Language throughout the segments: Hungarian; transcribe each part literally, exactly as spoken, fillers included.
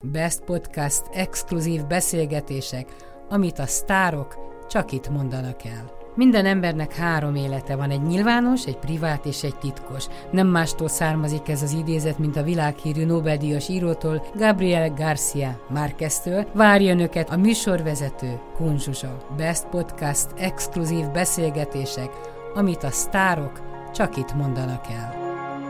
Best Podcast exkluzív beszélgetések, amit a sztárok csak itt mondanak el. Minden embernek három élete van, egy nyilvános, egy privát és egy titkos. Nem mástól származik ez az idézet, mint a világhírű Nobel-díjas írótól, Gabriel García Márqueztől. Várja önöket a műsorvezető, Kun Zsuzsa. Best Podcast exkluzív beszélgetések, amit a sztárok csak itt mondanak el.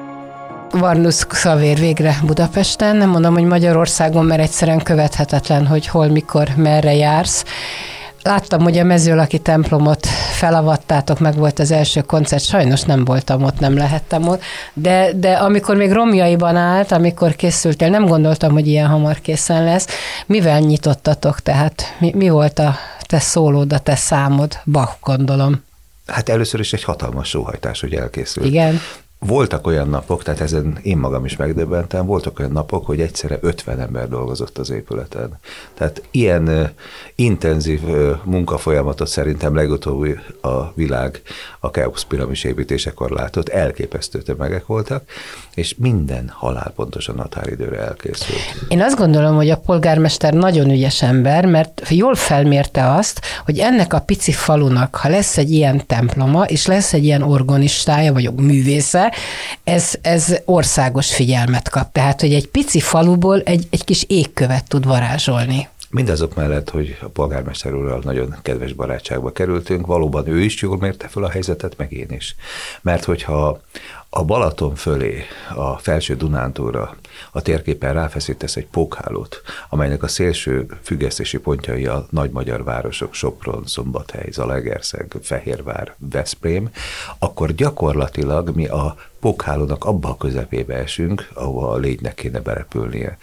Varnusz Xavér végre Budapesten, nem mondom, hogy Magyarországon, mert egyszerűen követhetetlen, hogy hol, mikor, merre jársz. Láttam, hogy a Mezőlaki templomot felavattátok, meg volt az első koncert, sajnos nem voltam ott, nem lehettem ott, de, de amikor még romjaiban állt, amikor készültél, nem gondoltam, hogy ilyen hamar készen lesz. Mivel nyitottatok, tehát mi, mi volt a te szólód, a te számod? Bach, gondolom. Hát először is egy hatalmas sóhajtás, hogy elkészült. Igen. Voltak olyan napok, tehát ezen én magam is megdöbbentem, voltak olyan napok, hogy egyszerre ötven ember dolgozott az épületen. Tehát ilyen uh, intenzív uh, munkafolyamatot szerintem legutóbb a világ a Keops piramis építésekor látott, elképesztő tömegek voltak, és minden halálpontosan határidőre elkészült. Én azt gondolom, hogy a polgármester nagyon ügyes ember, mert jól felmérte azt, hogy ennek a pici falunak, ha lesz egy ilyen temploma, és lesz egy ilyen organistája, vagy művésze, Ez, ez országos figyelmet kap. Tehát, hogy egy pici faluból egy, egy kis égkövet tud varázsolni. Mindazok mellett, hogy a polgármester úrral nagyon kedves barátságba kerültünk, valóban ő is jól mérte fel a helyzetet, meg én is. Mert hogyha a Balaton fölé, a felső Dunántúlra a térképen ráfeszítesz egy pókhálót, amelynek a szélső függesztési pontjai a nagy magyar városok, Sopron, Szombathely, Zalaegerszeg, Fehérvár, Veszprém, akkor gyakorlatilag mi a pókhálónak abba a közepébe esünk, ahova a légynek kéne berepülnie.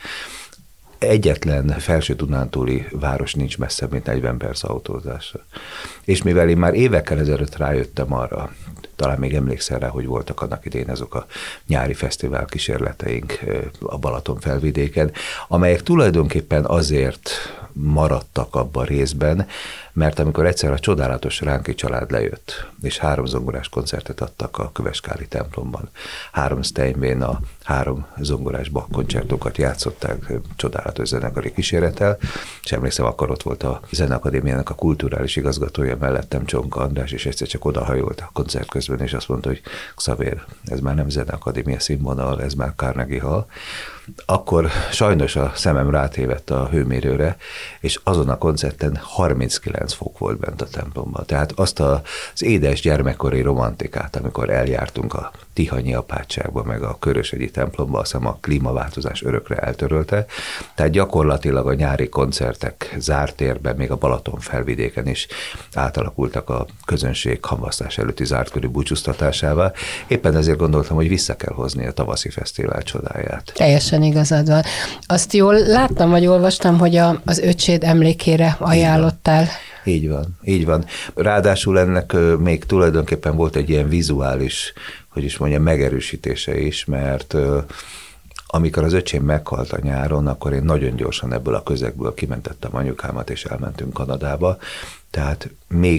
Egyetlen felső dunántúli város nincs messzebb, mint negyven perc autózásra. És mivel én már évekkel ezelőtt rájöttem arra, talán még emlékszel rá, hogy voltak annak idején azok a nyári fesztivál kísérleteink a Balaton felvidéken, amelyek tulajdonképpen azért maradtak abban részben, mert amikor egyszer a csodálatos Ránki család lejött, és három zongorás koncertet adtak a Köveskáli templomban. Három Steinway a három zongorás Bach koncertokat játszották csodálatos zenekari kísérettel, és emlékszem, akkor ott volt a Zeneakadémiának a kulturális igazgatója mellettem, Csonka András, és egyszer csak odahajolt a koncert közben, és azt mondta, hogy Xavér, ez már nem Zeneakadémia színvonal, ez már Carnegie Hall. Akkor sajnos a szemem rátévedt a hőmérőre, és azon a koncerten harminckilenc fok volt bent a templomban. Tehát azt az édes gyermekkori romantikát, amikor eljártunk a Tihanyi apátságba, meg a Körösegyi templomba, azt hiszem a klímaváltozás örökre eltörölte. Tehát gyakorlatilag a nyári koncertek zárt térben, még a Balaton felvidéken is átalakultak a közönség hamvasztás előtti zártkörű búcsúztatásává. Éppen ezért gondoltam, hogy vissza kell hozni a tavaszi fesztivál csodáját. Teljesen igazad van. Azt jól láttam, vagy olvastam, hogy a, az öcséd emlékére ajánlottál. Így van, így van. Ráadásul ennek még tulajdonképpen volt egy ilyen vizuális, hogy is mondjam, megerősítése is, mert amikor az öcsém meghalt a nyáron, akkor én nagyon gyorsan ebből a közegből kimentettem anyukámat, és elmentünk Kanadába. Tehát még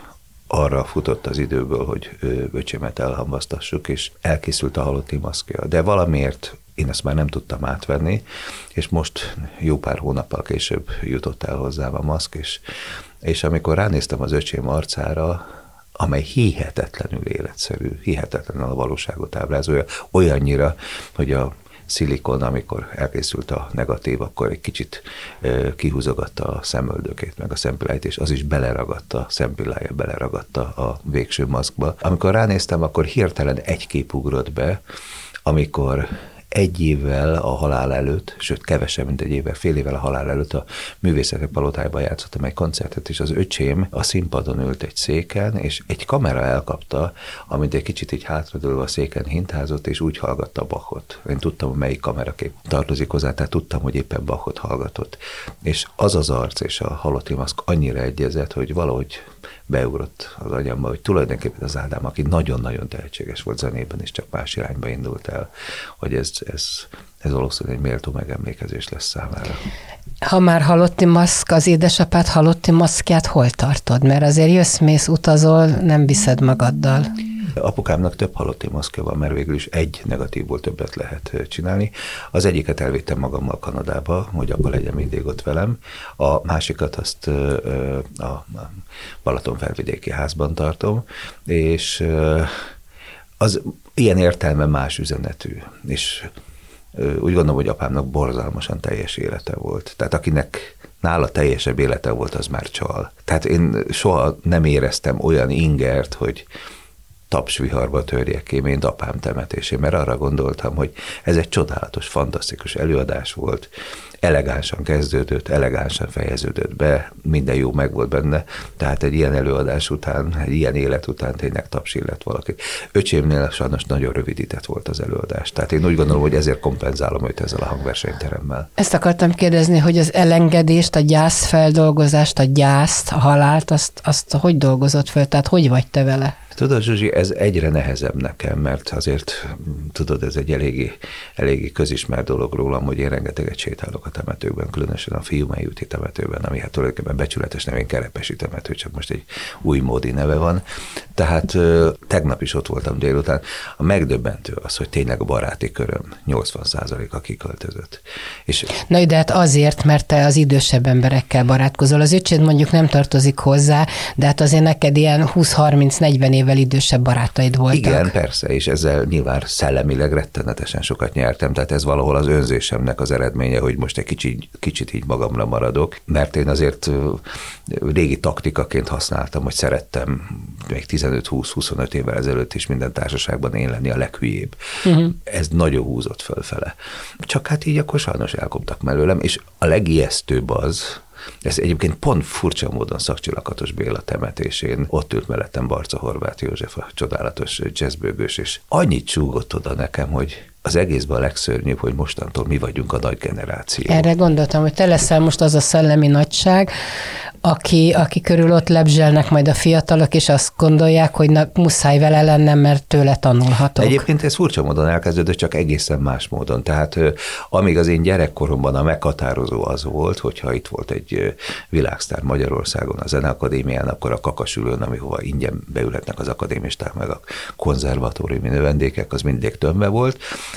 arra futott az időből, hogy öcsémet elhamvasztassuk, és elkészült a halotti maszkja. De valamiért én ezt már nem tudtam átvenni, és most jó pár hónappal később jutott el hozzám a maszk, és, és amikor ránéztem az öcsém arcára, amely hihetetlenül életszerű, hihetetlenül a valóságot ábrázolja, olyannyira, hogy a szilikon, amikor elkészült a negatív, akkor egy kicsit e, kihúzogatta a szemöldökét, meg a szempilláit, és az is beleragadt, a szempillája beleragadt a végső maszkba. Amikor ránéztem, akkor hirtelen egy kép ugrott be, amikor egy évvel a halál előtt, sőt kevesebb, mint egy évvel, fél évvel a halál előtt a Művészetek Palotájában játszottam egy koncertet, és az öcsém a színpadon ült egy széken, és egy kamera elkapta, amint egy kicsit így hátradőlve a széken hintázott, és úgy hallgatta Bachot. Én tudtam, hogy melyik kamerakép tartozik hozzá, tehát tudtam, hogy éppen Bachot hallgatott. És az az arc és a halotti maszk annyira egyezett, hogy valahogy beugrott az agyamba, hogy tulajdonképpen az Ádám, aki nagyon-nagyon tehetséges volt zenében, és csak más irányba indult el, hogy ez, ez, ez valószínűleg egy méltó megemlékezés lesz számára. Ha már halotti maszk, az édesapád halotti maszkját hol tartod? Mert azért jössz, mész, utazol, nem viszed magaddal. Apukámnak több halotti maszkja van, mert végül is egy negatívból többet lehet csinálni. Az egyiket elvittem magammal Kanadába, hogy apa legyen mindig ott velem. A másikat azt a Balatonfelvidéki házban tartom, és az ilyen értelme más üzenetű, és úgy gondolom, hogy apámnak borzalmasan teljes élete volt. Tehát akinek nála teljesebb élete volt, az már csal. Tehát én soha nem éreztem olyan ingert, hogy tapsviharba törjek ki, mint apám temetésén, mert arra gondoltam, hogy ez egy csodálatos, fantasztikus előadás volt, elegánsan kezdődött, elegánsan fejeződött be, minden jó megvolt benne, tehát egy ilyen előadás után, egy ilyen élet után tényleg taps illet valaki. Öcsémnél sajnos nagyon rövidített volt az előadás, tehát én úgy gondolom, hogy ezért kompenzálom őt ezzel a hangversenyteremmel. Ezt akartam kérdezni, hogy az elengedést, a gyászfeldolgozást, a gyászt, a halált, azt, azt hogy dolgozott föl, tehát hogy vagy te vele? Tudod, Zsuzsi, ez egyre nehezebb nekem, mert azért, tudod, ez egy eléggé, eléggé közismert dolog rólam, hogy én rengeteget sétálok a temetőkben, különösen a Fiumei úti temetőben, ami hát tulajdonképpen becsületes nevén Kerepesi temető, csak most egy új módi neve van. Tehát tegnap is ott voltam délután. A megdöbbentő az, hogy tényleg a baráti köröm nyolcvan százaléka kiköltözött. És Na, de hát azért, mert te az idősebb emberekkel barátkozol. Az öcséd mondjuk nem tartozik hozzá, de hát azért neked ilyen húsz-harminc-negyven évvel idősebb barátaid voltak. Igen, persze, és ezzel nyilván szellemileg rettenetesen sokat nyertem, tehát ez valahol az önzésemnek az eredménye, hogy most egy kicsit, kicsit így magamra maradok, mert én azért régi taktikaként használtam, hogy szerettem még tizenöt-húsz-huszonöt évvel ezelőtt is minden társaságban én lenni a leghülyébb. Uh-huh. Ez nagyon húzott fölfele. Csak hát így akkor sajnos elkoptak mellőlem, és a legijesztőbb az, ez egyébként pont furcsa módon Szakcsi-Lakatos Béla temetésén, ott ült mellettem Barca Horváth József, a csodálatos jazzbőgős, és annyit súgott oda nekem, hogy az egészben a legszörnyűbb, hogy mostantól mi vagyunk a nagy generáció. Erre gondoltam, hogy te leszel most az a szellemi nagyság, aki, aki körül ott lebzselnek majd a fiatalok, és azt gondolják, hogy na, muszáj vele lennem, mert tőle tanulhatok. Egyébként ez furcsa módon elkezdődött, csak egészen más módon. Tehát amíg az én gyerekkoromban a meghatározó az volt, hogyha itt volt egy világsztár Magyarországon a Zeneakadémián, akkor a Kakasülőn, amihova ingyen beülhetnek az akadémisták, meg a konzervatóriumi növendékek, az mindig tömve volt.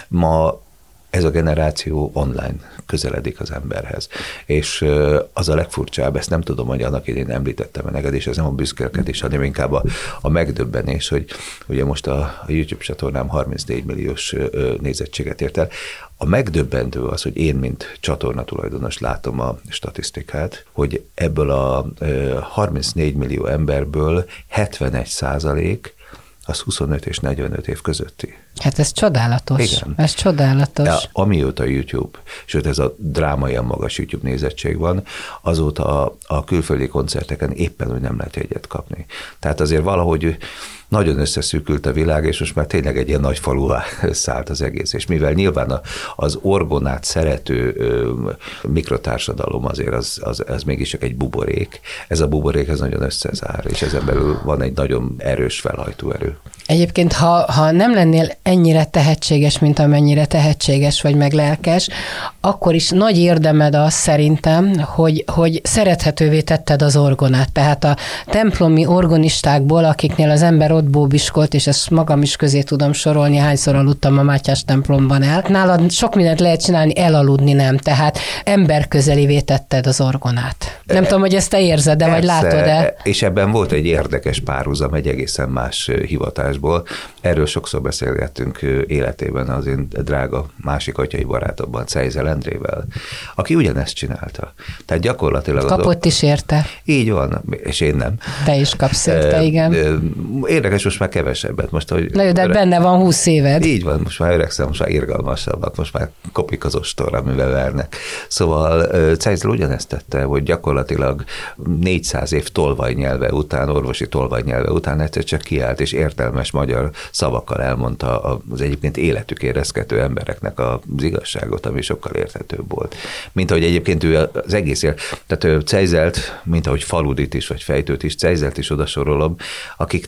Ma ez a generáció online közeledik az emberhez. És az a legfurcsább, ezt nem tudom, hogy annak idén említettem neked, és ez nem a büszkélkedés, hanem inkább a, a megdöbbenés, hogy ugye most a, a YouTube csatornám harmincnégy milliós nézettséget ért el. A megdöbbentő az, hogy én, mint csatorna tulajdonos látom a statisztikát, hogy ebből a harmincnégy millió emberből hetvenegy százalék az huszonöt és negyvenöt év közötti. Hát ez csodálatos. Igen. Ez csodálatos. De amióta YouTube, sőt ez a drámaian magas YouTube nézettség van, azóta a, a külföldi koncerteken éppen úgy nem lehet jegyet kapni. Tehát azért valahogy nagyon összeszűkült a világ, és most már tényleg egy ilyen nagy faluvá szállt az egész. És mivel nyilván az orgonát szerető ö, mikrotársadalom azért az, az, az mégis csak egy buborék, ez a buborék ez nagyon összezár, és ezen belül van egy nagyon erős felhajtóerő. Egyébként, ha, ha nem lennél ennyire tehetséges, mint amennyire tehetséges vagy meg lelkes, akkor is nagy érdemed az szerintem, hogy, hogy szerethetővé tetted az orgonát. Tehát a templomi orgonistákból, akiknél az ember ott bóbiskolt, és ezt magam is közé tudom sorolni, hányszor aludtam a Mátyás templomban el. Nálad sok mindent lehet csinálni, elaludni nem. Tehát emberközelivé tetted az orgonát. Nem tudom, hogy ezt te érzed, de vagy látod-e? És ebben volt egy érdekes párhuzam, egy egészen más hivatásból. Erről sokszor beszélgettünk életében az én drága másik atyai barátomban, Czejzel Endrével, aki ugyanezt csinálta. Tehát gyakorlatilag... Kapott is érte. Így van, és én nem. Te is kapsz érte, igen. Érdekes, most már kevesebbet. Most, hogy Na jó, de öreg... benne van húsz éved. Így van, most már öregszem, most már irgalmasabbak, most már kopik az ostor, amivel vernek. Szóval Czejzel ugyanezt tette, hogy gyakorlatilag négyszáz év tolvajnyelve után, orvosi tolvajnyelve után egyszer csak kiállt, és értelmes magyar szavakkal elmondta az egyébként életük érezgető embereknek az igazságot, ami sokkal érthetőbb volt. Mint ahogy egyébként ő az egész él, tehát ő Czejzelt, mint ahogy Faludit is, vagy Fejtőt is, Czejzelt is odasorolom, akik tényleg a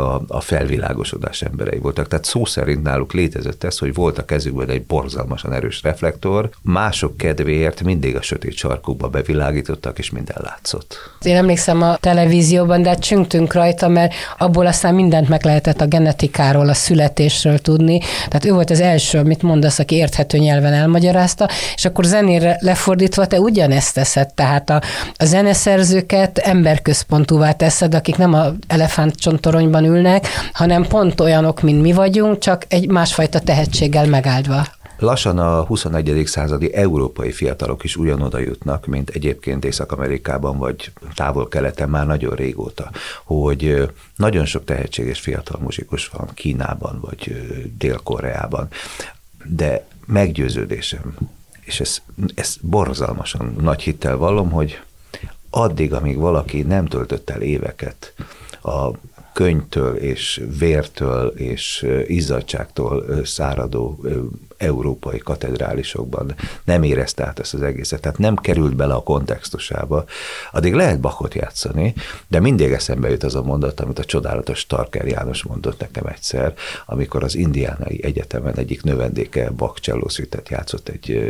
a, a felvilágosodás emberei voltak. Tehát szó szerint náluk létezett ez, hogy volt a kezükben egy borzalmasan erős reflektor, mások kedvéért mindig a sötét sarkukba bevilágítottak, és minden látszott. Én emlékszem a televízióban, de csüngtünk rajta, mert abból aztán mindent meg lehetett a genetikáról, a születésről tudni. Tehát ő volt az első, amit mondasz, aki érthető nyelven elmagyarázta, és akkor zenére lefordítva te ugyanezt teszed. Tehát a, a zeneszerzőket emberközpontúvá teszed, akik nem a elefántcsontoronyban ülnek, hanem pont olyanok, mint mi vagyunk, csak egy másfajta tehetséggel megáldva. Lassan a huszonegyedik századi európai fiatalok is ugyanoda jutnak, mint egyébként Észak-Amerikában vagy Távol-Keleten már nagyon régóta, hogy nagyon sok tehetséges fiatal muzsikus van Kínában vagy Dél-Koreában, de meggyőződésem, és ez, ez borzalmasan nagy hittel vallom, hogy addig, amíg valaki nem töltött el éveket a könyvtől és vértől és izzadságtól száradó európai katedrálisokban nem érezte át ezt az egészet, tehát nem került bele a kontextusába, addig lehet Bachot játszani, de mindig eszembe jut az a mondat, amit a csodálatos Starker János mondott nekem egyszer, amikor az Indiánai Egyetemen egyik növendéke Bach csellószüitet játszott egy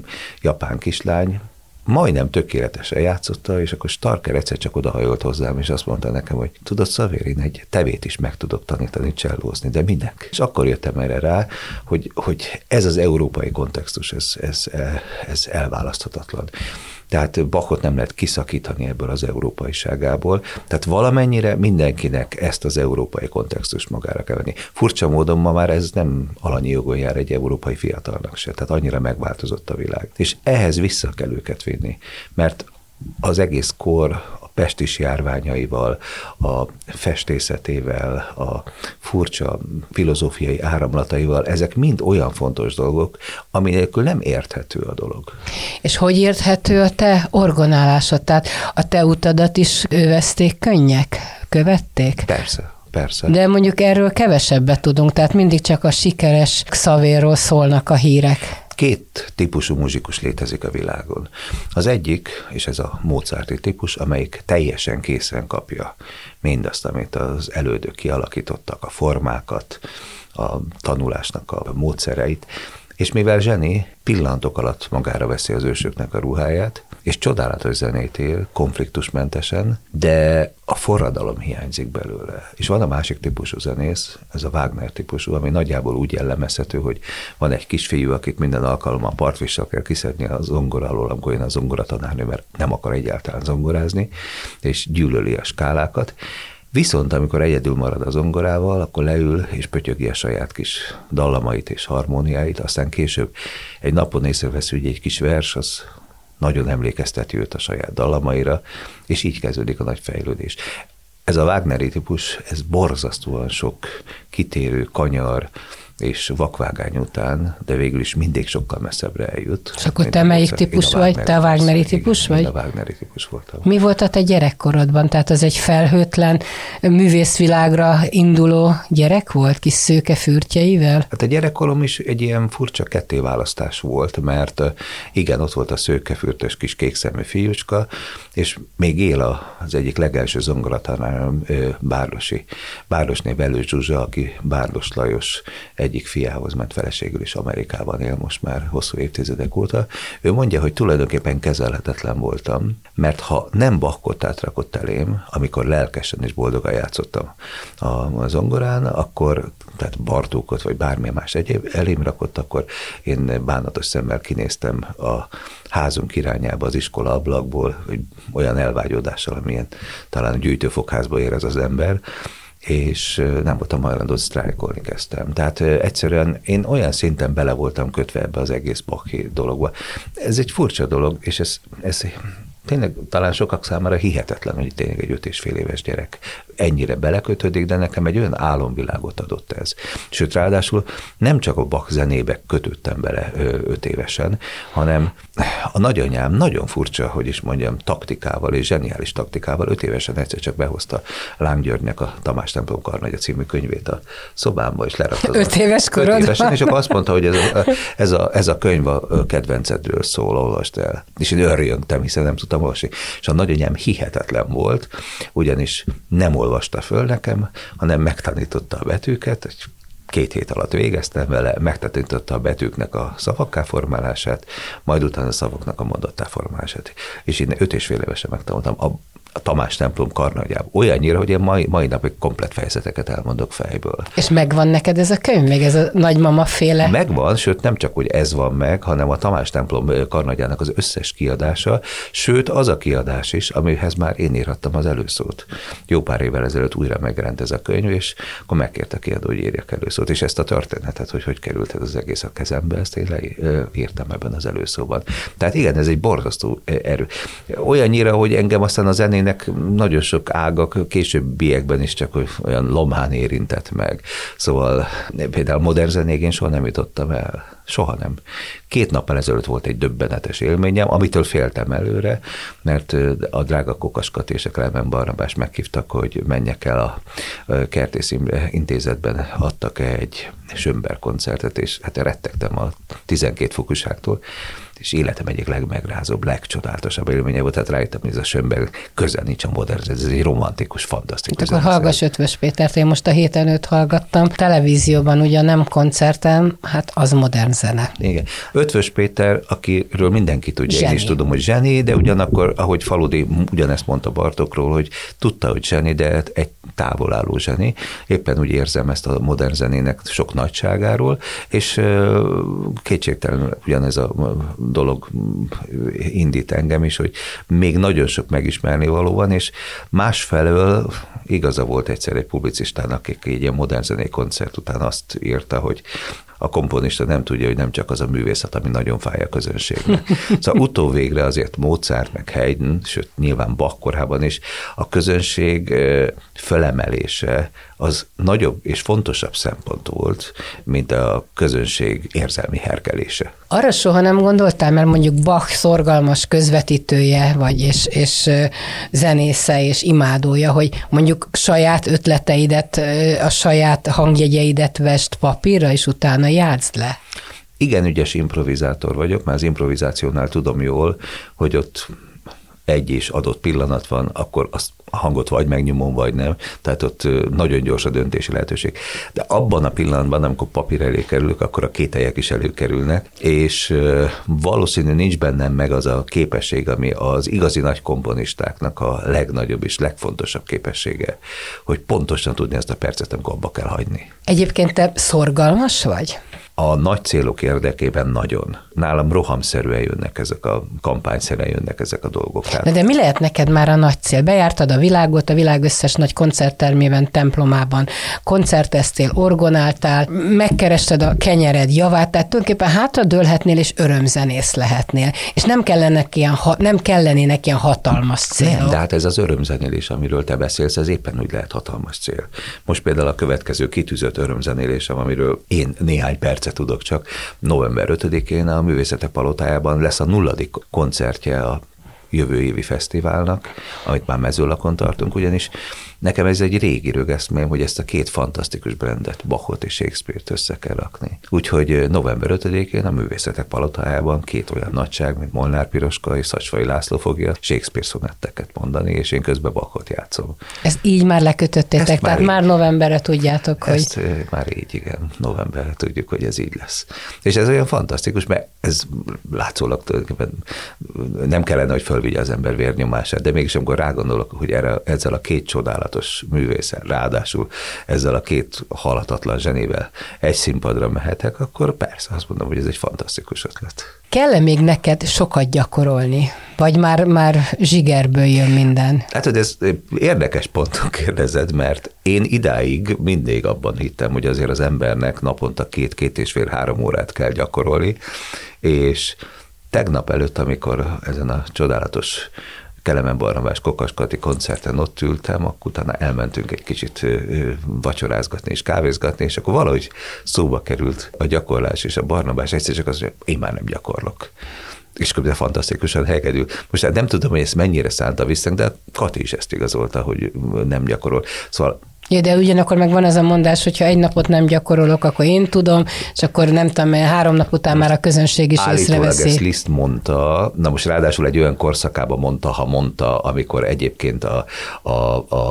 japán kislány, majdnem tökéletesen játszotta, és akkor Starker egyszer csak odahajolt hozzám, és azt mondta nekem, hogy tudod, Szavér, én egy tevét is meg tudok tanítani csellózni, de minek? És akkor jöttem erre rá, hogy, hogy ez az európai kontextus, ez, ez, ez elválaszthatatlan. Tehát Bachot nem lehet kiszakítani ebből az európaiságából. Tehát valamennyire mindenkinek ezt az európai kontextust magára kell venni. Furcsa módon ma már ez nem alanyi jogon jár egy európai fiatalnak se. Tehát annyira megváltozott a világ. És ehhez vissza kell őket vinni, mert az egész kor a pestis járványaival, a festészetével, a furcsa filozófiai áramlataival, ezek mind olyan fontos dolgok, ami nélkül nem érthető a dolog. És hogy érthető a te orgonálásod? Tehát a te utadat is övezték könnyek? Követték? Persze. Persze. De mondjuk erről kevesebbet tudunk, tehát mindig csak a sikeres Xavérról szólnak a hírek. Két típusú muzsikus létezik a világon. Az egyik, és ez a Mozarti típus, amelyik teljesen készen kapja mindazt, amit az elődök kialakítottak, a formákat, a tanulásnak a módszereit, és mivel zseni, pillantok alatt magára veszi az ősöknek a ruháját, és csodálatos zenét él, konfliktusmentesen, de a forradalom hiányzik belőle. És van a másik típusú zenész, ez a Wagner típusú, ami nagyjából úgy jellemezhető, hogy van egy kisfiú, akit minden alkalommal partvissal kell kiszedni a zongora alól, amikor jön a zongoratanárnő, mert nem akar egyáltalán zongorázni, és gyűlöli a skálákat. Viszont amikor egyedül marad a zongorával, akkor leül és pötyögi a saját kis dallamait és harmóniáit, aztán később egy napon észrevesz, hogy egy kis vers, az nagyon emlékezteti őt a saját dallamaira, és így kezdődik a nagy fejlődés. Ez a Wagneri típus, ez borzasztóan sok kitérő kanyar és vakvágány után, de végül is mindig sokkal messzebbre eljut. És akkor te melyik típus vagy? Te a Wagneri típus vagy? Én a Wagneri típus voltam. Mi volt a te gyerekkorodban? Tehát az egy felhőtlen művészvilágra induló gyerek volt, kis szőke fürtjeivel? Hát a gyerekkorom is egy ilyen furcsa kettéválasztás volt, mert igen, ott volt a szőkefürtös kis kékszemű fiúcska, és még él az egyik legelső zongoratanárom, Bárdosi. Bárdosné Velős Zsuzsa, aki Bárdos Lajos egyik fiához ment feleségül, és Amerikában él most már hosszú évtizedek óta. Ő mondja, hogy tulajdonképpen kezelhetetlen voltam, mert ha nem Bach-kottát rakott elém, amikor lelkesen és boldogan játszottam a zongorán, akkor, tehát Bartókot, vagy bármilyen más egyéb elém rakott, akkor én bánatos szemmel kinéztem a házunk irányába az iskola ablakból, hogy olyan elvágyódással, amilyen talán gyűjtőfokházba érez az ember, és nem voltam hajlandó, sztrájkolni kezdtem. Tehát egyszerűen én olyan szinten bele voltam kötve ebbe az egész Bach dologba. Ez egy furcsa dolog, és ez, ez tényleg talán sokak számára hihetetlen, hogy tényleg egy öt és fél éves gyerek ennyire belekötődik, de nekem egy olyan álomvilágot adott ez. Sőt, ráadásul nem csak a Bach zenébe kötöttem bele öt évesen, hanem a nagyanyám nagyon furcsa, hogy is mondjam, taktikával és zseniális taktikával öt évesen egyszer csak behozta Láng Györgynek a Tamás templom karnagya című könyvét a szobámba, és lerakta. Öt éves korodban? Öt évesen, és akkor azt mondta, hogy ez a, ez a, ez a könyv a kedvencedről szól, olvasd el. És én örjöngtem, hiszen nem tudtam olvasni. És a nagyanyám hihetetlen volt, ugyanis nem olvastam olvasta föl nekem, hanem megtanította a betűket, két hét alatt végeztem vele, megtanította a betűknek a szavakká formálását, majd utána a szavaknak a mondattá formálását. És én öt és fél évesen megtanultam a, a Tamás templom karnagyába. Olyannyira, hogy én mai, mai napig komplett fejezeteket elmondok fejből. És megvan neked ez a könyv, még ez a nagymama féle? Megvan, sőt nem csak, hogy ez van meg, hanem a Tamás templom karnagyának az összes kiadása, sőt az a kiadás is, amihez már én írhattam az előszót. Jó pár évvel ezelőtt újra megjelent ez a könyv, és akkor megkért a kiadó, hogy írjak előszót, és ezt a történetet, hogy hogy került ez az egész a kezembe, ezt én leírtam ebben az előszóban. Tehát igen, ez egy borzasztó erő. Olyannyira, hogy engem aztán a zenének nagyon sok ágak későbbiekben is csak olyan lomhán érintett meg. Szóval például modern zenék én soha nem jutottam el. Soha nem. Két nappal ezelőtt volt egy döbbenetes élményem, amitől féltem előre, mert a drága Kokas Kati és a Kelemen Barnabás meghívtak, hogy menjek el a Kertész Imre Intézetben, adtak egy Schönberg koncertet, és hát rettegtem a tizenkét fokuságtól, és életem egyik legmegrázóbb, legcsodálatosabb élménye volt, tehát rájöttem, hogy ez a Schönberg közel nincs a modern, ez egy romantikus, fantasztikus. Akkor hallgass Ötvös Pétert, én most a héten őt hallgattam, televízióban ugyan nem koncerten, hát az modern zene. Igen. Ötvös Péter, akiről mindenki tudja, zseni. Én is tudom, hogy zseni, de ugyanakkor, ahogy Faludi ugyanezt mondta Bartókról, hogy tudta, hogy zseni, de egy távolálló zseni. Éppen úgy érzem ezt a modern zenének sok nagyságáról, és kétségtelenül ugyanez a dolog indít engem is, hogy még nagyon sok megismerni való van, és másfelől igaza volt egyszer egy publicistának, aki egy ilyen modern zenei koncert után azt írta, hogy a komponista nem tudja, hogy nem csak az a művészet, ami nagyon fáj a közönségnek. Szóval utóvégre azért Mozart, meg Haydn, sőt nyilván Bach korában is, a közönség fölemelése az nagyobb és fontosabb szempont volt, mint a közönség érzelmi hergelése. Arra soha nem gondoltál, mert mondjuk Bach szorgalmas közvetítője vagy, és, és zenésze, és imádója, hogy mondjuk saját ötleteidet, a saját hangjegyeidet vest papírra, és utána játszd le? Igen ügyes improvizátor vagyok, már az improvizációnál tudom jól, hogy ott egy és adott pillanat van, akkor azt a hangot vagy megnyomom, vagy nem. Tehát ott nagyon gyors a döntési lehetőség. De abban a pillanatban, amikor papír elé kerülök, akkor a kételyek is előkerülnek, és valószínű nincs bennem meg az a képesség, ami az igazi nagy komponistáknak a legnagyobb és legfontosabb képessége, hogy pontosan tudni ezt a percet, amikor abba kell hagyni. Egyébként te szorgalmas vagy? A nagy célok érdekében nagyon. Nálam rohamszerűen jönnek ezek a kampányszerűen jönnek ezek a dolgok. De, de mi lehet neked már a nagy cél? Bejártad a világot, a világ összes nagy koncerttermében, templomában, koncerteztél, orgonáltál, megkerested a kenyered javát, tehát tulajdonképpen hátradőlhetnél és örömzenész lehetnél. És nem kellenek ilyen, nem kellenének ilyen hatalmas célok. Nem, de hát ez az örömzenélés, amiről te beszélsz, ez éppen úgy lehet hatalmas cél. Most például a következő kitűzött örömzenélésem, amiről én néhány percet tudok csak, november ötödikén a Művészetek Palotájában lesz a nulladik koncertje a jövő évi fesztiválnak, amit már Mezőlakon tartunk, ugyanis nekem ez egy régi rögeszmém, hogy ezt a két fantasztikus brandet, Bachot és Shakespeare-t össze kell rakni. Úgyhogy november ötödikén a Művészetek Palotájában két olyan nagyság, mint Molnár Piroska és Szacsvai László fogja Shakespeare szonetteket mondani, és én közben Bachot játszom. Ezt így már lekötöttétek, ezt tehát már, már novemberre tudjátok, hogy... Ezt már így, igen, novemberre tudjuk, hogy ez így lesz. És ez olyan fantasztikus, mert ez látszólag tulajdonképpen nem kellene, hogy fölvigye az ember vérnyomását, de mégis amikor rágondolok, hogy erre, ezzel a két csodálatos művészel, ráadásul ezzel a két halhatatlan zsenével egy színpadra mehetek, akkor persze azt mondom, hogy ez egy fantasztikus ötlet. Kell-e még neked sokat gyakorolni? Vagy már, már zsigerből jön minden? Hát, hogy ez érdekes ponton kérdezed, mert én idáig mindig abban hittem, hogy azért az embernek naponta két-két és fél három órát kell gyakorolni, és tegnap előtt, amikor ezen a csodálatos Kelemen Barnabás Kokas Kati koncerten ott ültem, akkor utána elmentünk egy kicsit vacsorázgatni és kávézgatni, és akkor valahogy szóba került a gyakorlás, és a Barnabás egyszer csak az, hogy én már nem gyakorlok. És de fantasztikusan hegedül. Most hát nem tudom, hogy ezt mennyire szánta vissza, de Kati is ezt igazolta, hogy nem gyakorol. Szóval Ja, de ugyanakkor meg van ez a mondás, hogyha egy napot nem gyakorolok, akkor én tudom, és akkor nem tudom, három nap után most már a közönség is észreveszi. Állítólag ezt Liszt mondta, na most ráadásul egy olyan korszakában mondta, ha mondta, amikor egyébként a, a, a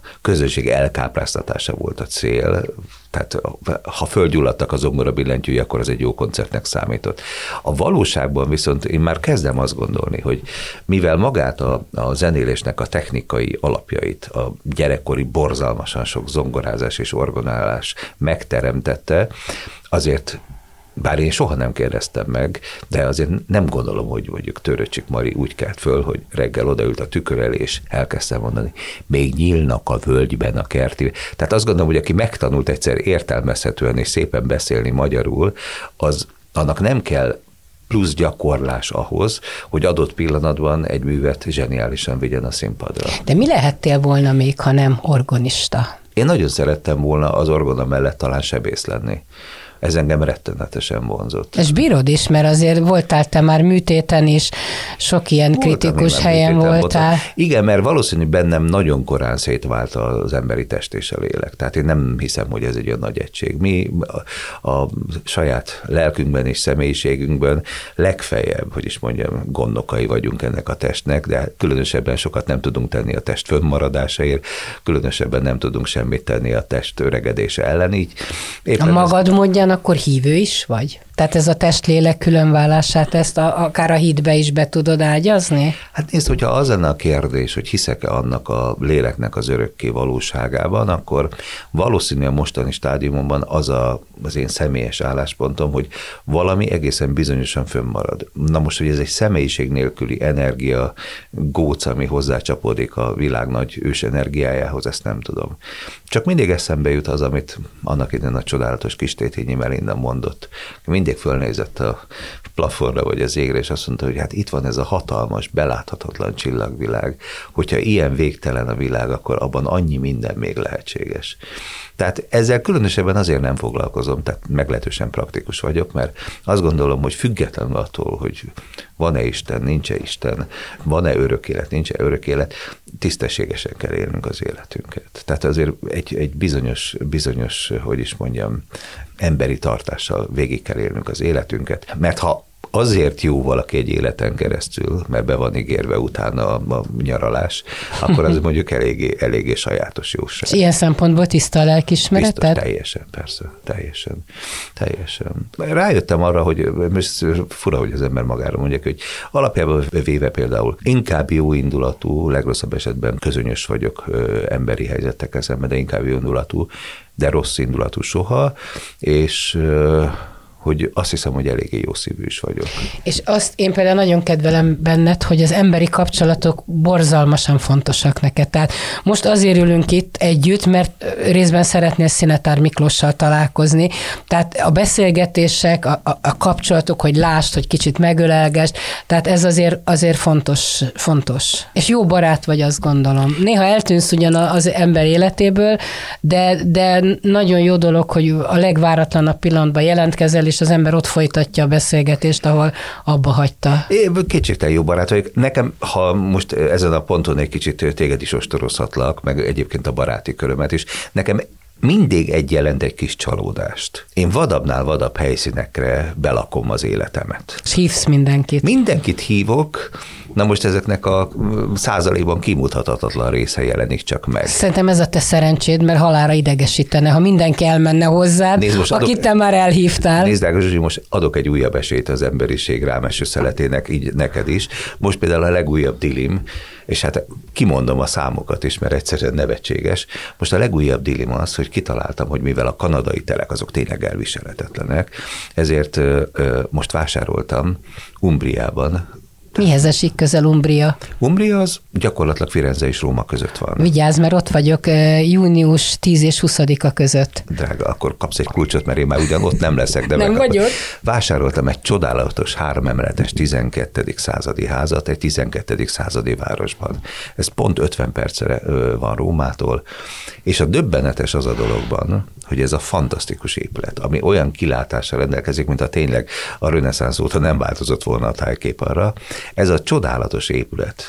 közönség elkápráztatása volt a cél, tehát ha földgyulladtak a zongora billentyűi, akkor az egy jó koncertnek számított. A valóságban viszont én már kezdem azt gondolni, hogy mivel magát a, a zenélésnek a technikai alapjait, a gyerekkori borzalmasan sok zongorázás és orgonálás megteremtette, azért bár én soha nem kérdeztem meg, de azért nem gondolom, hogy mondjuk Töröcsik Mari úgy kelt föl, hogy reggel odaült a tükör elé, és elkezdtem mondani, még nyílnak a völgyben a kerti. Tehát azt gondolom, hogy aki megtanult egyszer értelmezhetően és szépen beszélni magyarul, az annak nem kell plusz gyakorlás ahhoz, hogy adott pillanatban egy művet zseniálisan vigyen a színpadra. De mi lehettél volna még, ha nem orgonista? Én nagyon szerettem volna az orgona mellett talán sebész lenni. Ez engem rettenetesen vonzott. És bírod is, mert azért voltál te már műtéten is, sok ilyen Voltam kritikus helyen voltál. Voltam. Igen, mert valószínű bennem nagyon korán szétvált az emberi test és a lélek. Tehát én nem hiszem, hogy ez egy olyan nagy egység. Mi a, a saját lelkünkben és személyiségünkben legfeljebb, hogy is mondjam, gondnokai vagyunk ennek a testnek, de különösebben sokat nem tudunk tenni a test fönnmaradásáért, különösebben nem tudunk semmit tenni a test öregedése ellen. Így a magad ez... mondja, akkor hívő is vagy? Tehát ez a test-lélek különválását, ezt a, akár a hitbe is be tudod ágyazni? Hát nézd, hogyha az lenne a kérdés, hogy hiszek-e annak a léleknek az örökké valóságában, akkor valószínűleg a mostani stádiumban az a, az én személyes álláspontom, hogy valami egészen bizonyosan fönnmarad. Na most, hogy ez egy személyiség nélküli energia góc, ami hozzácsapódik a világ nagy ős energiájához, ezt nem tudom. Csak mindig eszembe jut az, amit annak idején a csodálatos Kistétényi Melinda mondott. Mindig fölnézett a plafonra vagy az égre, és azt mondta, hogy hát itt van ez a hatalmas, beláthatatlan csillagvilág. Hogyha ilyen végtelen a világ, akkor abban annyi minden még lehetséges. Tehát ezzel különösebben azért nem foglalkozom, tehát meglehetősen praktikus vagyok, mert azt gondolom, hogy függetlenül attól, hogy van-e Isten, nincs-e Isten, van-e örök élet, nincs-e örök élet, tisztességesen kell élnünk az életünket. Tehát azért egy, egy bizonyos, bizonyos, hogy is mondjam, emberi tartással végig kell élnünk az életünket, mert ha azért jó valaki egy életen keresztül, mert be van ígérve utána a, a nyaralás, akkor az mondjuk eléggé, eléggé sajátos jóság. És ilyen szempontból tiszta a lelkiismereted? Biztos, teljesen, persze, teljesen, teljesen. Rájöttem arra, hogy most fura, hogy az ember magára mondják, hogy alapjában véve például inkább jó indulatú, legrosszabb esetben közönyös vagyok ö, emberi helyzetekkel szemben, de inkább jó indulatú, de rossz indulatú soha, és ö, hogy azt hiszem, hogy eléggé jó szívű is vagyok. És azt én például nagyon kedvelem benned, hogy az emberi kapcsolatok borzalmasan fontosak neked. Tehát most azért ülünk itt együtt, mert részben szeretnél Szinetár Miklóssal találkozni. Tehát a beszélgetések, a, a, a kapcsolatok, hogy lásd, hogy kicsit megölelgesd, tehát ez azért, azért fontos, fontos. És jó barát vagy, azt gondolom. Néha eltűnsz ugyan az ember életéből, de, de nagyon jó dolog, hogy a legváratlanabb pillanatban jelentkezel, és az ember ott folytatja a beszélgetést, ahol abba hagyta. Én kétségtelen jó barát vagyok. Nekem, ha most ezen a ponton egy kicsit téged is ostorozhatlak, meg egyébként a baráti körömet is, nekem mindig egy jelent egy kis csalódást. Én vadabbnál vadabb helyszínekre belakom az életemet. És hívsz mindenkit. Mindenkit hívok, na most ezeknek a százalékban kimutathatatlan része jelenik csak meg. Szerintem ez a te szerencséd, mert halálra idegesítene, ha mindenki elmenne hozzád, nézd, akit adok, te már elhívtál. Nézd, drága Zsuzsi, most adok egy újabb esélyt az emberiség rámeső szeletének, így neked is. Most például a legújabb dilim, és hát kimondom a számokat is, mert egyszerűen nevetséges. Most a legújabb dilim az, hogy kitaláltam, hogy mivel a kanadai telek azok tényleg elviselhetetlenek, ezért ö, ö, most vásároltam Umbriában. Mihez esik közel Umbria? Umbria az gyakorlatilag Firenze és Róma között van. Vigyázz, mert ott vagyok június tíz és huszadika között. Drága, akkor kapsz egy kulcsot, mert én már ugyan ott nem leszek. De nem vagyok. Vásároltam egy csodálatos háromemeletes tizenkettedik századi házat egy tizenkettedik századi városban. Ez pont ötven percre van Rómától, és a döbbenetes az a dologban, hogy ez a fantasztikus épület, ami olyan kilátással rendelkezik, mint a tényleg a reneszánsz óta nem változott volna a tájkép arra, ez a csodálatos épület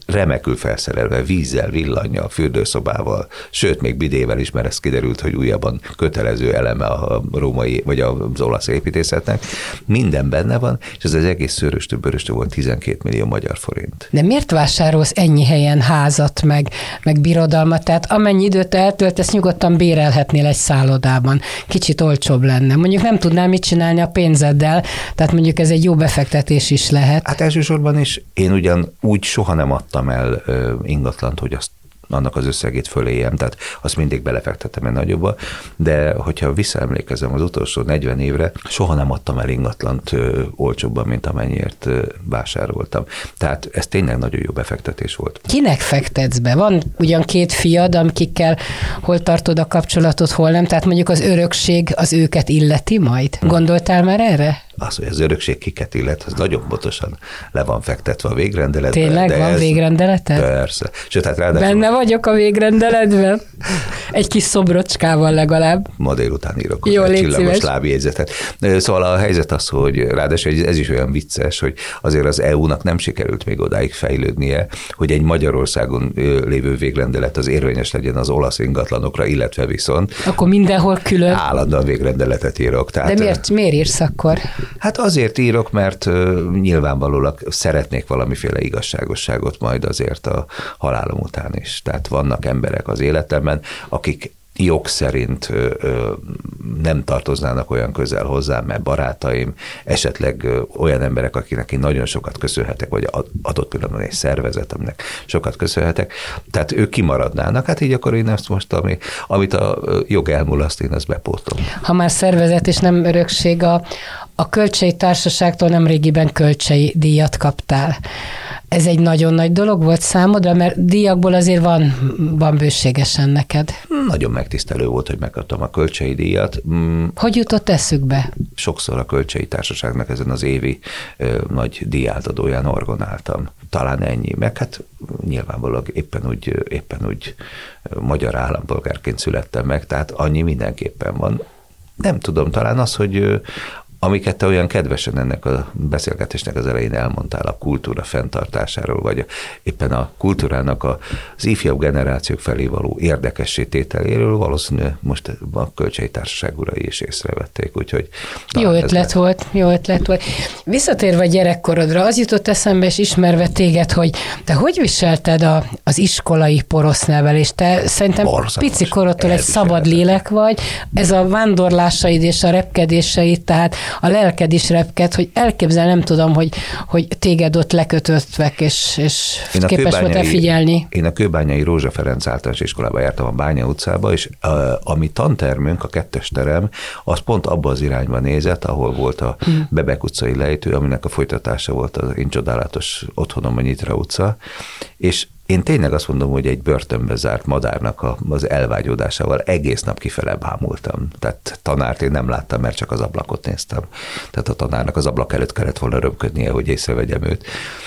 remekül felszerelve, vízzel, villannyal, fürdőszobával, sőt, még bidével is, mert ez kiderült, hogy újabban kötelező eleme a római, vagy az olasz építészetnek. Minden benne van, és ez az egész szőröstő, bőröstő volt tizenkét millió magyar forint. De miért vásárolsz ennyi helyen házat, meg, meg birodalmat? Tehát amennyi időt eltöltesz, nyugodtan bérelhetnél egy szállodában. Kicsit olcsóbb lenne. Mondjuk nem tudnál mit csinálni a pénzeddel, tehát mondjuk ez egy jó befektetés is lehet. Hát elsősorban is én ugyan úgy soha nem adtam el ö, ingatlant, hogy azt annak az összegét föléjem, tehát azt mindig belefektettem egy nagyobba, de hogyha visszaemlékezem az utolsó negyven évre, soha nem adtam el ingatlant ö, olcsóbban, mint amennyiért ö, vásároltam. Tehát ez tényleg nagyon jó befektetés volt. Kinek fektetsz be? Van ugyan két fiad, akikkel hol tartod a kapcsolatot, hol nem, tehát mondjuk az örökség az őket illeti majd? Gondoltál már erre? Az, hogy az örökség kiket illet, az nagyon pontosan le van fektetve a végrendeletben. Tényleg van ez... végrendeleted? Persze. Sőt, hát ráadásul... Benne vagyok a végrendeletben. Egy kis szobrocskával legalább. Ma délután írok Jó, egy csillagos szíves. lábjegyzetet. Szóval a helyzet az, hogy ráadásul ez is olyan vicces, hogy azért az é u-nak nem sikerült még odáig fejlődnie, hogy egy Magyarországon lévő végrendelet az érvényes legyen az olasz ingatlanokra, illetve viszont... Akkor mindenhol külön. Állandóan végrendeletet írok. Tehát, de miért, miért írsz akkor? Hát azért írok, mert uh, nyilvánvalólag szeretnék valamiféle igazságosságot majd azért a halálom után is. Tehát vannak emberek az életemben, akik jog szerint ö, ö, nem tartoznának olyan közel hozzám, mert barátaim, esetleg ö, olyan emberek, akiknek én nagyon sokat köszönhetek, vagy adott pillanatban egy szervezet, aminek sokat köszönhetek, tehát ők kimaradnának, hát így akkor én ezt most, ami, amit a jog elmulaszt, én azt bepótlom. Ha már szervezet és nem örökség, a, a Kölcsei Társaságtól nemrégiben Kölcsei díjat kaptál. Ez egy nagyon nagy dolog volt számodra, mert díjakból azért van, van bőségesen neked. Nagyon megtisztelő volt, hogy megkaptam a Kölcsei díjat. Hogy jutott eszükbe? Sokszor a Kölcsei Társaságnak ezen az évi ö, nagy díjátadóján orgonáltam. Talán ennyi. Meg hát nyilvánvalóan éppen úgy, éppen úgy magyar állampolgárként születtem meg, tehát annyi mindenképpen van. Nem tudom, talán az, hogy amiket te olyan kedvesen ennek a beszélgetésnek az elején elmondtál a kultúra fenntartásáról, vagy éppen a kultúrának az ifjabb generációk felé való érdekessé tételéről, valószínűleg most a Kölcsei Társaság urai is észrevették, úgyhogy... Jó ötlet volt, jó ötlet volt. Visszatérve a gyerekkorodra, az jutott eszembe, és ismerve téged, hogy te hogy viselted a, az iskolai porosznevelést? Te szerintem Borzalmas. Pici korodtól egy szabad lélek vagy, ez a vándorlásaid és a repkedéseid, tehát a lelked is repked, hogy elképzel, nem tudom, hogy, hogy téged ott lekötöttek, és, és képes volt-e figyelni. Én a Kőbányai Rózsa Ferenc általános iskolába jártam a Bánya utcába, és a, a mi tantermünk, a kettes terem, az pont abba az irányba nézett, ahol volt a hmm. Bebek utcai lejtő, aminek a folytatása volt az én csodálatos otthonom, a Nyitra utca, és én tényleg azt mondom, hogy egy börtönbe zárt madárnak az elvágyódásával egész nap kifele bámultam. Tehát tanárt én nem láttam, mert csak az ablakot néztem. Tehát a tanárnak az ablak előtt kellett volna röpködnie, hogy észrevegyem őt.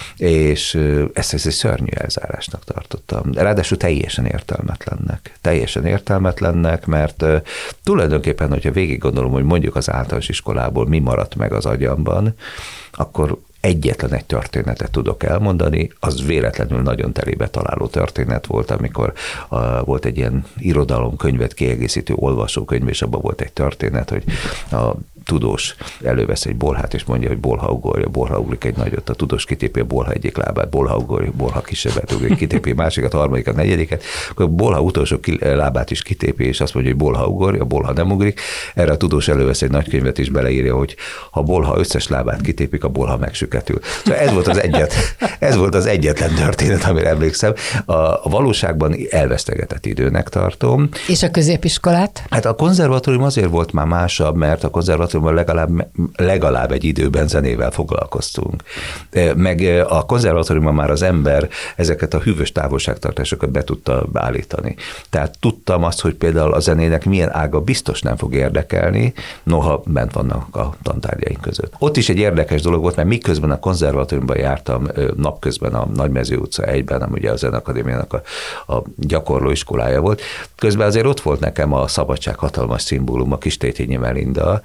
És ezt, ezt egy szörnyű elzárásnak tartottam. Ráadásul teljesen értelmetlennek. Teljesen értelmetlennek, mert tulajdonképpen, hogyha végig gondolom, hogy mondjuk az általános iskolából mi maradt meg az agyamban, akkor egyetlen egy történetet tudok elmondani, az véletlenül nagyon telébe találó történet volt, amikor uh, volt egy ilyen irodalomkönyvet kiegészítő olvasókönyv, és abban volt egy történet, hogy a tudós elővesz egy bolhát, és mondja, hogy bolha ugorja, bolha ugrik egy nagyot, a tudós kitépi a bolha egyik lábát, bolha ugorja, bolha kisebbet ugrik, kitépi a másikat, a harmadikat, a negyediket, akkor a bolha utolsó lábát is kitépi, és azt mondja, hogy bolha ugorja, bolha nem ugrik. Erre a tudós elővesz egy nagy könyvet, és beleírja, hogy ha bolha összes lábát kitépik, a bolha megsüketül. Szóval ez volt az egyet, ez volt az egyetlen történet, amire emlékszem. A, a valóságban elvesztegetett időnek tartom. És a középiskolát? Hát a konzervatórium azért volt már másabb, mert a konzervatóriumban legalább, legalább egy időben zenével foglalkoztunk. Meg a konzervatóriumban már az ember ezeket a hűvös távolságtartásokat be tudta állítani. Tehát tudtam azt, hogy például a zenének milyen ága biztos nem fog érdekelni, noha bent vannak a tantárgyaink között. Ott is egy érdekes dolog volt, mert miközben a konzervatóriumban jártam napközben a Nagymező utca egyben, ami ugye a Zeneakadémiának a, a gyakorló iskolája volt, közben azért ott volt nekem a szabadság hatalmas szimbólum, a Kistétényi Melinda,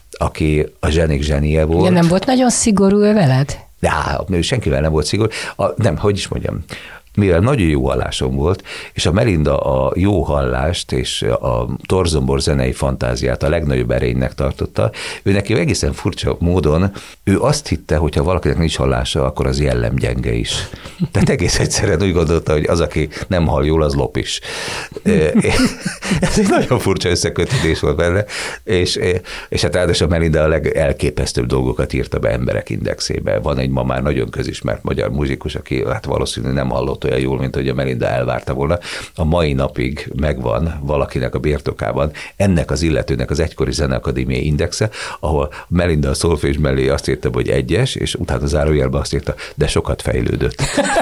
aki a zsenik zsenie volt. Ja, nem volt nagyon szigorú ő veled? De ő senkivel nem volt szigorú. A, nem, hogy is mondjam, mivel nagyon jó hallásom volt, és a Melinda a jó hallást és a torzombor zenei fantáziát a legnagyobb erénynek tartotta, ő neki egészen furcsa módon, ő azt hitte, hogy ha valakinek nincs hallása, akkor az jellemgyenge is. Tehát egész egyszerűen úgy gondolta, hogy az, aki nem hall jól, az lop is. Ez egy nagyon furcsa összekötődés volt benne, és, és hát ráadásul a Melinda a legelképesztőbb dolgokat írta be Emberek Indexébe. Van egy ma már nagyon közismert magyar muzsikus, aki hát valószínűleg nem hallott olyan jól, mint hogy a Melinda elvárta volna. A mai napig megvan valakinek a birtokában ennek az illetőnek az egykori Zeneakadémiai indexe, ahol Melinda a szolfés mellé azt írta, hogy egyes, és utána zárójelben azt írta, de sokat fejlődött.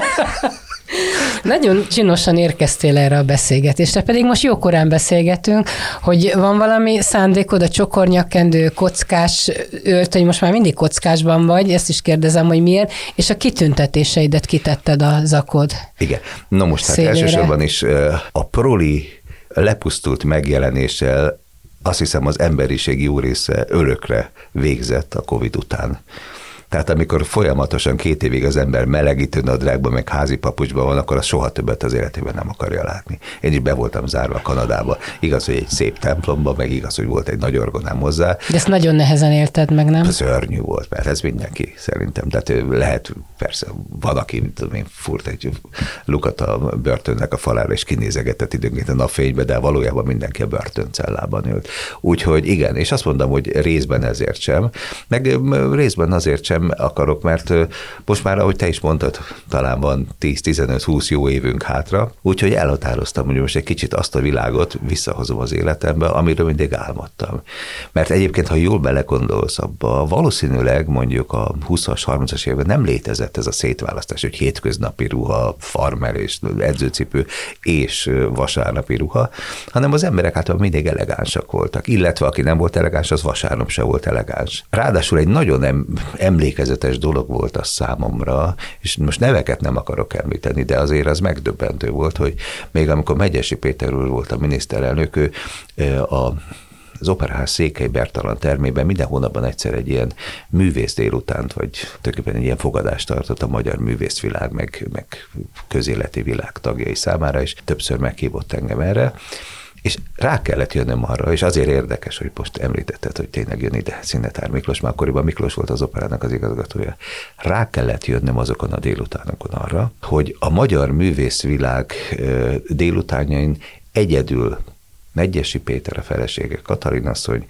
Nagyon csinosan érkeztél erre a beszélgetésre, pedig most jókorán beszélgetünk, hogy van valami szándékod, a csokornyakkendő, kockás öltöny, most már mindig kockásban vagy, ezt is kérdezem, hogy miért, és a kitüntetéseidet kitetted a zakod. Igen. No most hát elsősorban is a proli lepusztult megjelenéssel azt hiszem az emberiség jó része örökre végzett a Covid után. Tehát amikor folyamatosan két évig az ember melegítő nadrágban, meg házi papucsban van, akkor az soha többet az életében nem akarja látni. Én is be voltam zárva Kanadába. Igaz, hogy egy szép templomba, meg igaz, hogy volt egy nagy orgonám hozzá. De ezt nagyon nehezen élted meg, nem? Szörnyű volt, mert ez mindenki szerintem. Tehát lehet, persze, van, aki, tudom én, furt egy lukat a börtönnek a falára, és kinézegetett időnként a napfénybe, de valójában mindenki a börtöncellában ült. Úgyhogy igen, és azt mondom, hogy részben ezért sem, meg részben azért sem akarok, mert most már, ahogy te is mondtad, talán van tíz-tizenöt-húsz jó évünk hátra, úgyhogy elhatároztam, hogy most egy kicsit azt a világot visszahozom az életembe, amiről mindig álmodtam. Mert egyébként, ha jól belegondolsz abba, valószínűleg mondjuk a húszas, harmincas évben nem létezett ez a szétválasztás, hogy hétköznapi ruha, farmerés, edzőcipő és vasárnapi ruha, hanem az emberek általában mindig elegánsak voltak, illetve aki nem volt elegáns, az vasárnap se volt elegáns. Ráadásul egy nagyon em- emlékezetes dolog volt az számomra, és most neveket nem akarok említeni, de azért az megdöbbentő volt, hogy még amikor Megyesi Péter úr volt a miniszterelnök, ő a az Operaház Székely Bertalan termében minden hónapban egyszer egy ilyen művész délutánt, vagy tulajdonképpen egy ilyen fogadást tartott a magyar művészvilág, meg, meg közéleti világ tagjai számára, és többször meghívott engem erre, és rá kellett jönnöm arra, és azért érdekes, hogy most említetted, hogy tényleg jön ide Szinnetár Miklós, már akkoriban Miklós volt az operának az igazgatója. Rá kellett jönnöm azokon a délutánokon arra, hogy a magyar művészvilág délutánjain egyedül Megyesi Péter a felesége, Katalin asszony,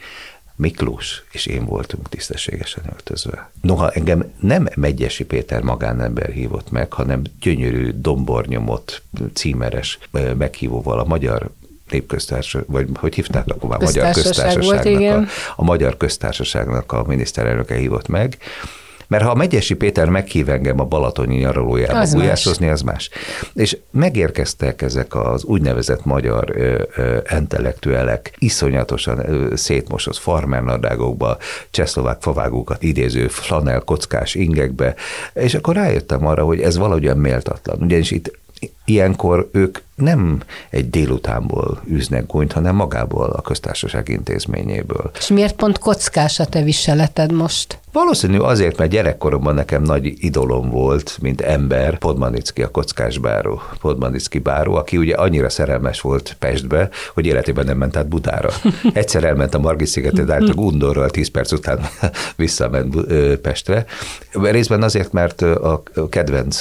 Miklós és én voltunk tisztességesen öltözve. Noha engem nem Megyesi Péter magánember hívott meg, hanem gyönyörű, dombornyomott, címeres meghívóval a magyar népköztársaság, vagy hogy hívták akkor már Magyar Köztársaságnak, volt, a, a Magyar Köztársaságnak a miniszterelnöke hívott meg, mert ha a Megyesi Péter meghív engem a balatoni nyaralójába gulyásozni, az más. És megérkeztek ezek az úgynevezett magyar ö, ö, intellektuelek, iszonyatosan ö, szétmosott farmernadrágokba, csehszlovák favágókat idéző flanel kockás ingekbe, és akkor rájöttem arra, hogy ez valahogyan méltatlan. Ugyanis itt ilyenkor ők nem egy délutánból űznek gúnyt, hanem magából a köztársaság intézményéből. És miért pont kockás a te viseleted most? Valószínű azért, mert gyerekkoromban nekem nagy idolom volt, mint ember, Podmanicki, a kockás báró, Podmanicki báró, aki ugye annyira szerelmes volt Pestbe, hogy életében nem ment át Budára. Egyszer elment a Margit-szigetre, de a Gundorral tíz perc után visszament Pestre. Részben azért, mert a kedvenc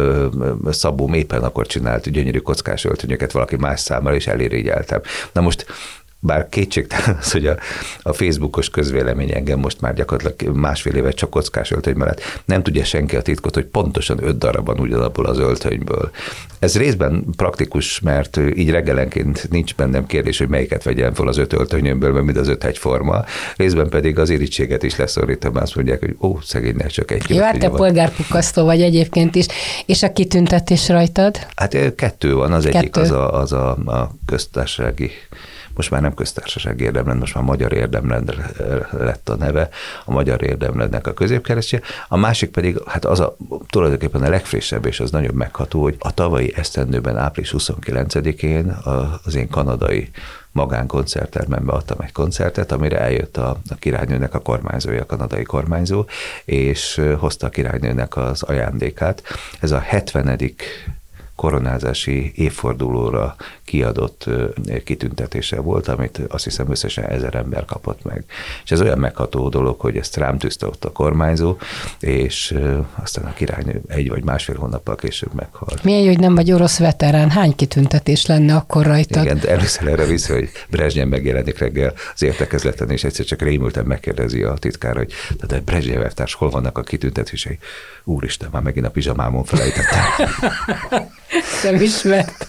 Szabóm éppen akkor csinált gyönyörű kockás öltönyöket valaki más számára, és elirigyeltem. Na most bár kétségtelen az, hogy a, a Facebookos közvélemény engem most már gyakorlatilag másfél évet csak kockás öltöny mellett nem tudja senki a titkot, hogy pontosan öt darabban ugyanabból az öltönyből. Ez részben praktikus, mert így reggelenként nincs bennem kérdés, hogy melyiket vegyem fel az öt öltönyömből, mert mind az öt egyforma. Részben pedig az irítséget is leszorítom, azt mondják, hogy ó, szegénynek csak egy kiló. Jó, hát te polgárpukasztó vagy egyébként is, és a kitüntetés rajtad? Hát kettő van, az kettő. Egyik az a, az a, a köztársasági, most már nem köztársaság érdemrend, most már magyar érdemrend lett a neve, a magyar érdemrendnek a középkeresztje. A másik pedig, hát az a tulajdonképpen a legfrissebb, és az nagyon megható, hogy a tavalyi esztendőben április huszonkilencedikén az én kanadai magánkoncerttermembe adtam egy koncertet, amire eljött a, a királynőnek a kormányzója, a kanadai kormányzó, és hozta a királynőnek az ajándékát. Ez a hetvenedik koronázási évfordulóra kiadott kitüntetése volt, amit azt hiszem összesen ezer ember kapott meg. És ez olyan megható dolog, hogy ezt rám tűzte ott a kormányzó, és aztán a királynő egy vagy másfél hónappal később meghalt. Milyen jó, hogy nem vagy orosz veterán, hány kitüntetés lenne akkor rajtad? Igen, először erre vissza, hogy Brezsnyev megjelenik reggel az értekezleten, és egyszer csak rémülten megkérdezi a titkár, hogy tehát Brezsnyev elvtárs, hol vannak a kitüntetései? Úristen, már megint a pizsamámon felejtettem. Nem ismert.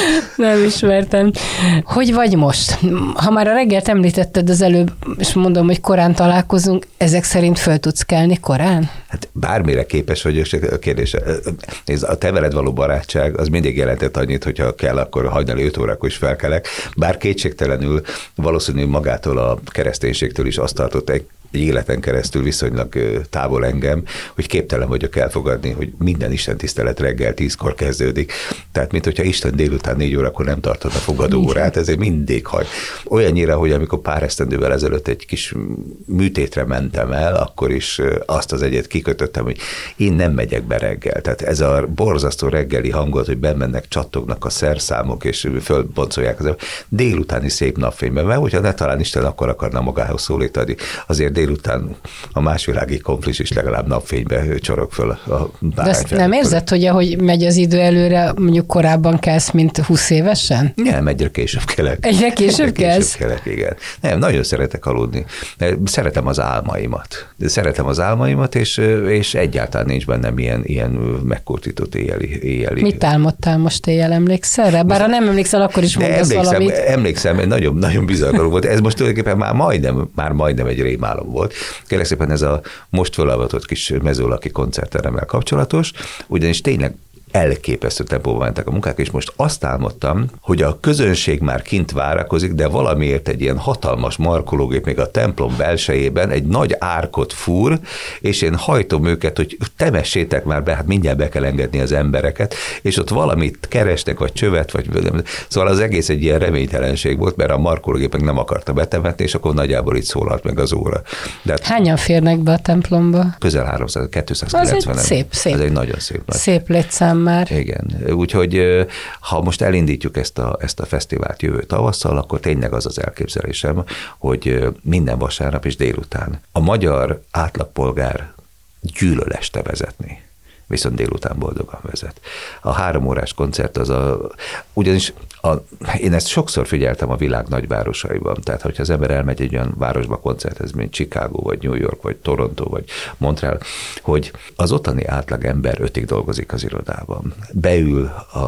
Nem ismertem. Hogy vagy most? Ha már a reggelt említetted az előbb, és mondom, hogy korán találkozunk, ezek szerint föl tudsz kelni korán? Hát bármire képes vagyok, a kérdés, nézd, a te veled való barátság az mindig jelentett annyit, hogyha kell, akkor hajnali öt órakor is felkelek, bár kétségtelenül valószínű magától a kereszténységtől is azt tartott egy egy életen keresztül viszonylag távol engem, hogy képtelen vagyok elfogadni, hogy minden istentisztelet reggel tízkor kezdődik. Tehát, mint hogyha Isten délután négy órakor nem tartana fogadó órát, ezért mindig hagy. Olyannyira, hogy amikor pár esztendővel ezelőtt egy kis műtétre mentem el, akkor is azt az egyet kikötöttem, hogy én nem megyek be reggel. Tehát ez a borzasztó reggeli hangot, hogy bemennek, csattognak a szerszámok, és fölboncolják az délutáni szép napfényben, mert hogyha ne talán Isten akkor akarna magához szólítani, azért délután a másvilági konfliktus is legalább napfénybe csorog föl a bárány. De ezt nem érzed, hogy ahogy megy az idő előre, mondjuk korábban kelsz, mint húsz évesen? Nem, egyre később kelek. Egyre később kelsz? Később kelek, igen. Nem, nagyon szeretek aludni. Szeretem az álmaimat. Szeretem az álmaimat, és, és egyáltalán nincs bennem ilyen, ilyen megkurtított éjjeli, éjjeli. Mit álmodtál most éjjel, emlékszel rá? Bár ha nem emlékszel, akkor is mondasz emlékszem, valamit. Emlékszem, nagyon, nagyon bizarr volt. Ez most tulajdonképpen már majdnem, már majdnem egy rémálom volt. Kérlek szépen ez a most fölavatott kis mezőlaki koncertteremmel kapcsolatos, ugyanis tényleg elképesztő tempóban mentek a munkák, és most azt álmodtam, hogy a közönség már kint várakozik, de valamiért egy ilyen hatalmas markológép még a templom belsejében egy nagy árkot fúr, és én hajtom őket, hogy temessétek már be, hát mindjárt be kell engedni az embereket, és ott valamit kerestek, vagy csövet, vagy szóval az egész egy ilyen reménytelenség volt, mert a markológép meg nem akarta betemetni, és akkor nagyjából így szólalt meg az óra. De hát hányan férnek be a templomba? Közel háromszáz, kétszázkilencven. Ez egy szép, szép. Ez egy nagyon szép nagy. Szép létszám már. Igen, úgyhogy ha most elindítjuk ezt a, ezt a fesztivált jövő tavasszal, akkor tényleg az az elképzelésem, hogy minden vasárnap és délután a magyar átlagpolgár gyűlöl este vezetni, viszont délután boldogan vezet. A három órás koncert az a, ugyanis a, én ezt sokszor figyeltem a világ nagyvárosaiban, tehát hogyha az ember elmegy egy olyan városba koncerthez, mint Chicago, vagy New York, vagy Toronto, vagy Montreal, hogy az ottani átlag ember ötig dolgozik az irodában. Beül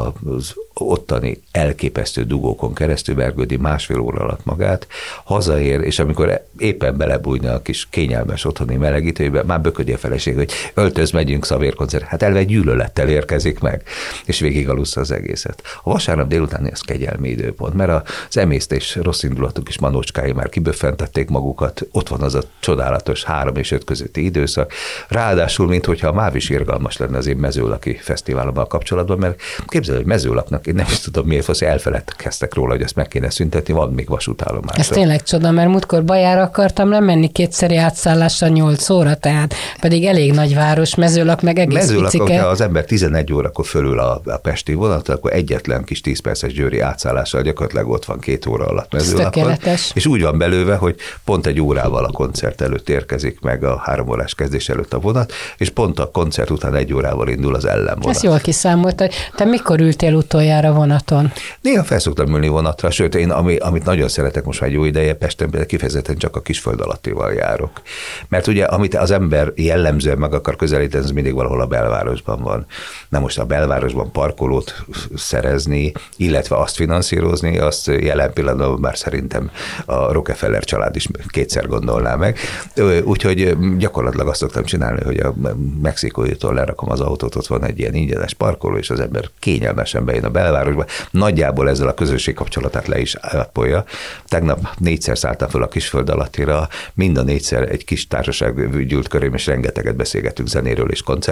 az ottani elképesztő dugókon keresztül vergődi másfél óra alatt magát, hazaér, és amikor éppen belebújna a kis kényelmes otthoni melegítőjébe, már böködi a feleség, hogy öltöz, megyünk szavérkoncert. Hát elve gyűlölettel érkezik meg, és végig alussza az egészet. A vasárnap délután ez kegyelmi időpont, mert az emésztés rossz indulatú kis manócskái már kiböffentették magukat, ott van az a csodálatos három és öt közötti időszak, ráadásul, minthogyha a MÁV is irgalmas lenne az én mezőlaki fesztiválommal kapcsolatban, mert képzelj, hogy mezőlaknak, én nem is tudom miért, hogy elfeledkeztek róla, hogy ezt meg kéne szüntetni, van még vasútállomás. Ez tényleg csoda, mert múltkor Bajára akartam lemenni kétszeri átszállással nyolc óra, tehát pedig elég nagy város, mezőlak meg egész Mezőlak, picike. hogyha az ember tizenegy órakor fölül a, a pesti vonat, akkor egyetlen kis tíz perces győri átszállással gyakorlatilag ott van két óra alatt Mezőlakon. És úgy van belőve, hogy pont egy órával a koncert előtt érkezik meg a három órás kezdés előtt a vonat, és pont a koncert után egy órával indul az ellenvonat. Ezt jól kiszámoltad. Te mikor ültél utoljára vonaton? Néha fel szoktam ülni vonatra, sőt, én ami, amit nagyon szeretek most már jó ideje, Pesten például kifejezetten csak a kisföld alattival járok. Mert ugye, amit az ember jellemzően meg akar közelíteni, ez mindig valahol a belvárosban van. Na most a belvárosban parkolót szerezni, illetve azt finanszírozni, azt jelen pillanatban már szerintem a Rockefeller család is kétszer gondolná meg. Úgyhogy gyakorlatilag azt szoktam csinálni, hogy a Mexikóitól lerakom az autót, ott van egy ilyen ingyenes parkoló, és az ember kényelmesen bejön a belvárosba. Nagyjából ezzel a közösség kapcsolatát le is ápolja. Tegnap négyszer szálltam fel a kisföld alattira, mind a négyszer egy kis társaság gyűlt körém, és rengeteget beszélgetünk zenéről és koncertekről,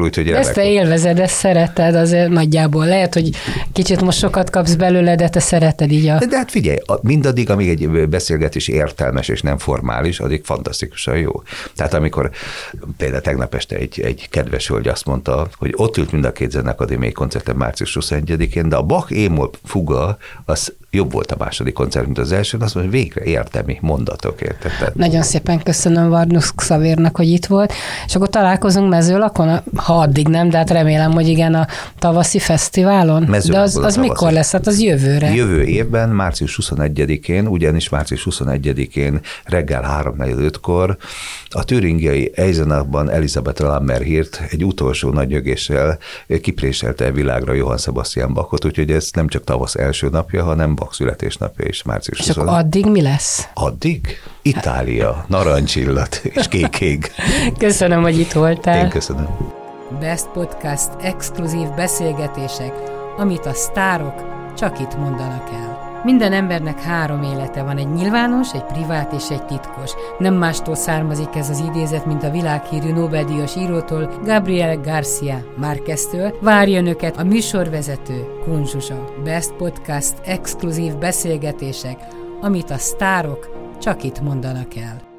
úgyhogy ezt te élvezed, ezt szereted, azért nagyjából. Lehet, hogy kicsit most sokat kapsz belőle, de te szereted így a... De hát figyelj, mindaddig, amíg egy beszélgetés értelmes és nem formális, addig fantasztikusan jó. Tehát amikor például tegnap este egy, egy kedves hölgy azt mondta, hogy ott ült mind a két Zenakadémiai koncerten március huszonegyedikén, de a Bach émol fuga, az jobb volt a második koncert, mint az első, azt mondja, hogy végre értelmi mondatok, érted? Nagyon szépen köszönöm Varnus Xavérnak, hogy itt volt, és akkor találkozunk Mezőlakon, ha addig nem, de hát remélem, hogy igen, a tavaszi fesztiválon. De az, az mikor lesz? Hát az jövőre. Jövő évben, március huszonegyedikén, ugyanis március huszonegyedikén reggel három negyvenötkor a türingiai Eisenachban Elisabeth Lammerhirt egy utolsó nagy nyögéssel kipréselte világra Johann Sebastian Bachot, úgyhogy ez nem csak tavasz első napja, hanem Bach születésnapja is március huszonegyedikén. És akkor addig mi lesz? Addig? Itália, narancsillat és kék ég. Köszönöm, hogy itt voltál. Én köszönöm. Best Podcast exkluzív beszélgetések, amit a sztárok csak itt mondanak el. Minden embernek három élete van, egy nyilvános, egy privát és egy titkos. Nem mástól származik ez az idézet, mint a világhírű Nobel-díjas írótól, Gabriel Garcia Márqueztől. Várja önöket a műsorvezető, Kun Zsuzsa. Best Podcast exkluzív beszélgetések, amit a sztárok csak itt mondanak el.